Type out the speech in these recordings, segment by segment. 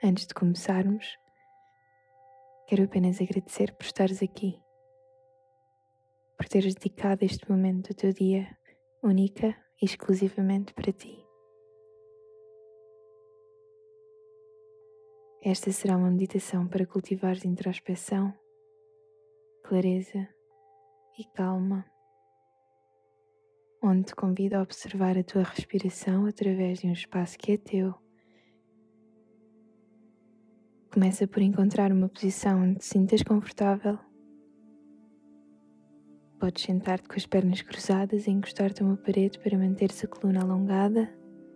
Antes de começarmos, quero apenas agradecer por estares aqui, por teres dedicado este momento do teu dia única e exclusivamente para ti. Esta será uma meditação para cultivares introspeção, clareza e calma, onde te convido a observar a tua respiração através de um espaço que é teu. Começa por encontrar uma posição onde te sintas confortável. Podes sentar-te com as pernas cruzadas e encostar-te a uma parede para manter-se a coluna alongada.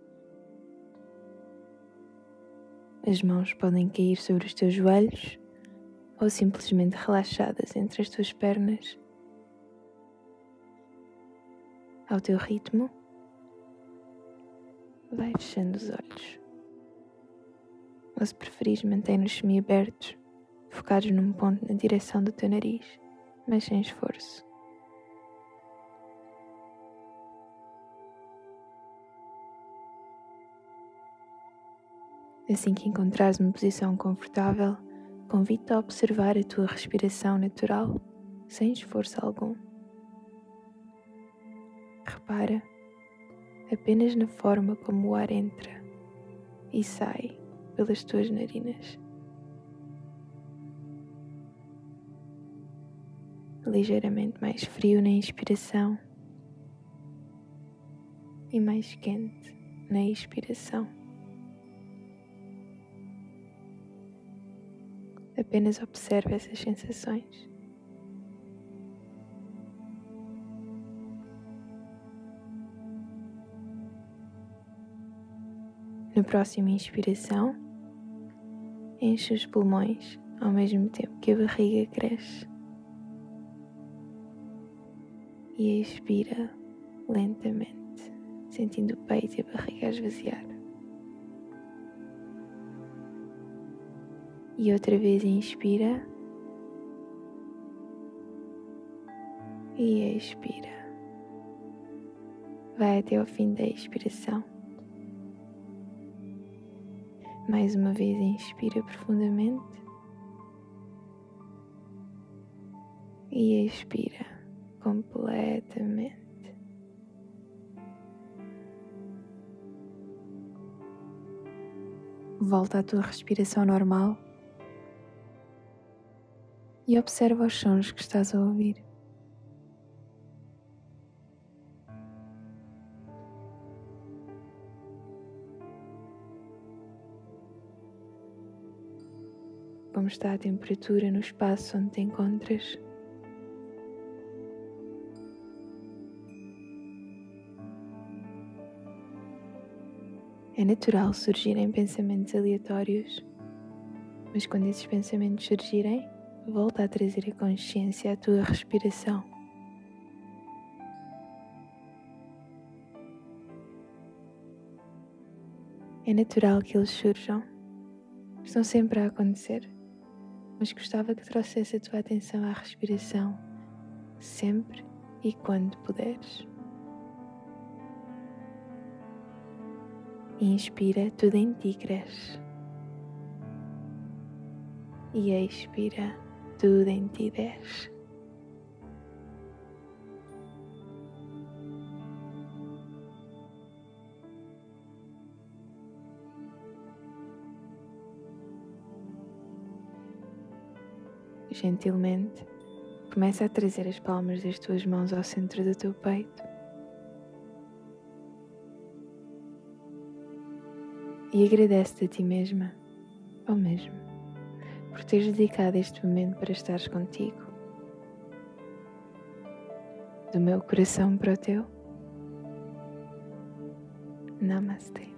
As mãos podem cair sobre os teus joelhos ou simplesmente relaxadas entre as tuas pernas. Ao teu ritmo, vai fechando os olhos. Ou se preferires, mantém-nos semi-abertos, focados num ponto na direção do teu nariz, mas sem esforço. Assim que encontrares uma posição confortável, convido-te a observar a tua respiração natural, sem esforço algum. Repara apenas na forma como o ar entra e sai pelas tuas narinas. Ligeiramente mais frio na inspiração e mais quente na expiração. Apenas observe essas sensações. Na próxima inspiração, enche os pulmões ao mesmo tempo que a barriga cresce. E expira lentamente, sentindo o peito e a barriga a esvaziar. E outra vez inspira e expira. Vai até ao fim da expiração. Mais uma vez inspira profundamente e expira completamente. Volta à tua respiração normal e observa os sons que estás a ouvir. Como está a temperatura no espaço onde te encontras? É natural surgirem pensamentos aleatórios, mas quando esses pensamentos surgirem, volta a trazer a consciência à tua respiração. É natural que eles surjam, estão sempre a acontecer, mas gostava que trouxesse a tua atenção à respiração, sempre e quando puderes. Inspira, tudo em ti cresce. E expira, tudo em ti desce. Gentilmente, começa a trazer as palmas das tuas mãos ao centro do teu peito. E agradece-te a ti mesma, ou mesmo, por teres dedicado este momento para estares contigo. Do meu coração para o teu. Namastê.